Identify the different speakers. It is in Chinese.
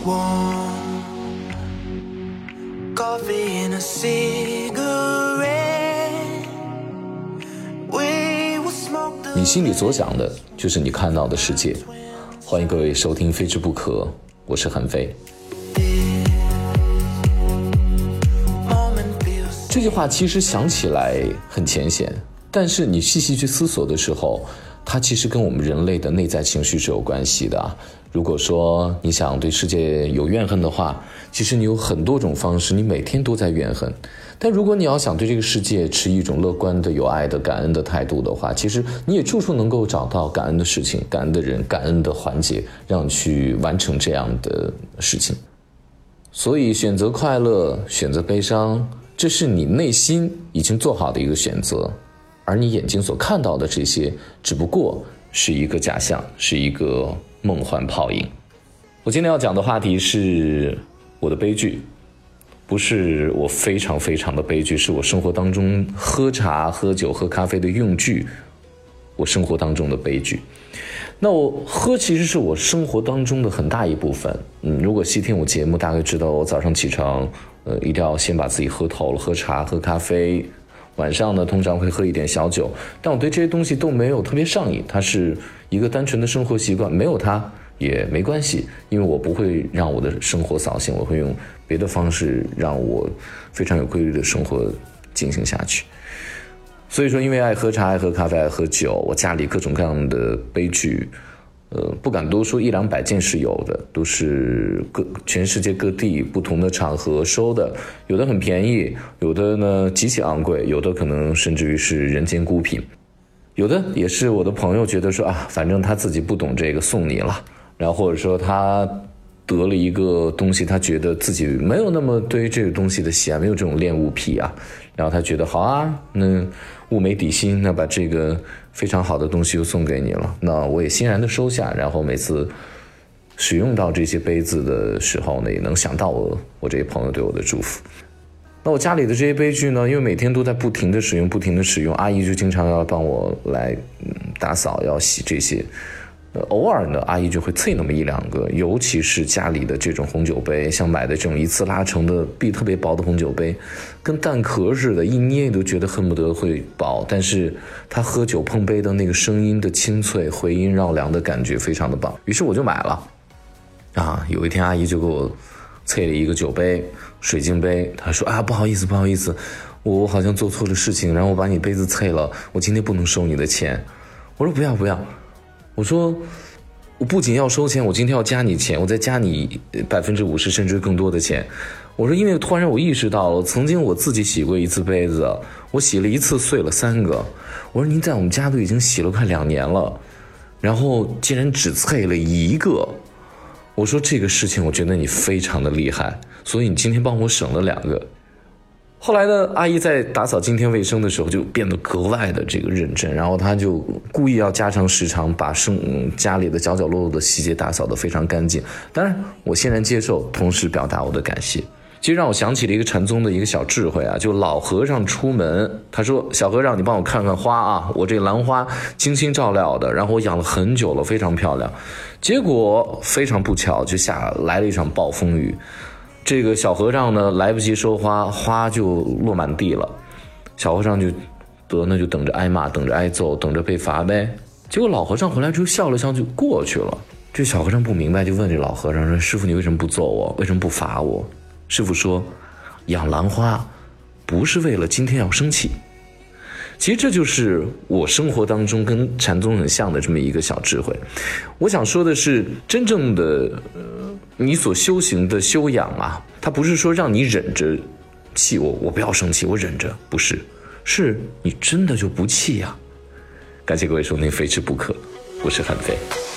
Speaker 1: warm coffee and a cigarette. We will smoke the
Speaker 2: 你心里所想的就是你看到的世界。欢迎各位收听非吃不可，我是韩非。这句话其实想起来很浅显，但是你细细去思索的时候，它其实跟我们人类的内在情绪是有关系的啊。如果说你想对世界有怨恨的话，其实你有很多种方式，你每天都在怨恨。但如果你要想对这个世界持一种乐观的、有爱的、感恩的态度的话，其实你也处处能够找到感恩的事情、感恩的人、感恩的环节，让你去完成这样的事情。所以选择快乐，选择悲伤，这是你内心已经做好的一个选择，而你眼睛所看到的这些只不过是一个假象，是一个梦幻泡影。我今天要讲的话题是我的悲剧，不是我非常非常的悲剧，是我生活当中喝茶、喝酒、喝咖啡的用具，我生活当中的悲剧。那我喝其实是我生活当中的很大一部分。如果细听我节目，大概知道我早上起床，一定要先把自己喝透了，喝茶、喝咖啡。晚上呢，通常会喝一点小酒，但我对这些东西都没有特别上瘾，它是一个单纯的生活习惯，没有它也没关系，因为我不会让我的生活扫兴，我会用别的方式让我非常有规律的生活进行下去。所以说，因为爱喝茶、爱喝咖啡、爱喝酒，我家里各种各样的悲剧，不敢多说100-200件是有的，都是全世界各地不同的场合收的，有的很便宜，有的呢极其昂贵，有的可能甚至于是人间孤品，有的也是我的朋友觉得说啊，反正他自己不懂这个送你了，然后或者说他得了一个东西，他觉得自己没有那么对于这个东西的喜爱，没有这种恋物癖啊，然后他觉得好啊，那物美底薪，那把这个非常好的东西又送给你了，那我也欣然的收下，然后每次使用到这些杯子的时候呢，也能想到我这些朋友对我的祝福。那我家里的这些杯具呢，因为每天都在不停的使用，阿姨就经常要帮我来打扫，要洗这些。偶尔呢，阿姨就会啐那么1-2个，尤其是家里的这种红酒杯，像买的这种一次拉成的壁特别薄的红酒杯，跟蛋壳似的，一捏都觉得恨不得会爆，但是他喝酒碰杯的那个声音的清脆，回音绕梁的感觉非常的棒，于是我就买了。有一天阿姨就给我啐了一个酒杯，水晶杯，她说不好意思，我好像做错了事情，然后我把你杯子啐了，我今天不能收你的钱。我说不要，我说我不仅要收钱，我今天要加你钱，我再加你50%甚至更多的钱。我说因为突然我意识到了，曾经我自己洗过一次杯子，我洗了1次碎了3个。我说您在我们家都已经洗了快2年了，然后竟然只啐了1个。我说这个事情我觉得你非常的厉害，所以你今天帮我省了2个。后来呢，阿姨在打扫今天卫生的时候就变得格外的这个认真，然后她就故意要加长时长，把家里的角角落落的细节打扫得非常干净。当然我欣然接受，同时表达我的感谢。其实让我想起了一个禅宗的一个小智慧啊，就老和尚出门，他说小和尚你帮我看看花啊，我这兰花精心照料的，然后我养了很久了，非常漂亮。结果非常不巧就来了一场暴风雨，这个小和尚呢来不及收花，花就落满地了。小和尚就等着挨骂，等着挨揍，等着被罚呗。结果老和尚回来之后笑了笑就过去了。这小和尚不明白，就问这老和尚说：“师父，你为什么不揍我？为什么不罚我？”师父说：“养兰花不是为了今天要生气。”其实这就是我生活当中跟禅宗很像的这么一个小智慧。我想说的是，真正的你所修行的修养啊，它不是说让你忍着气，我不要生气，我忍着，不是，是你真的就不气啊。感谢各位收听非吃不可，我是韩非。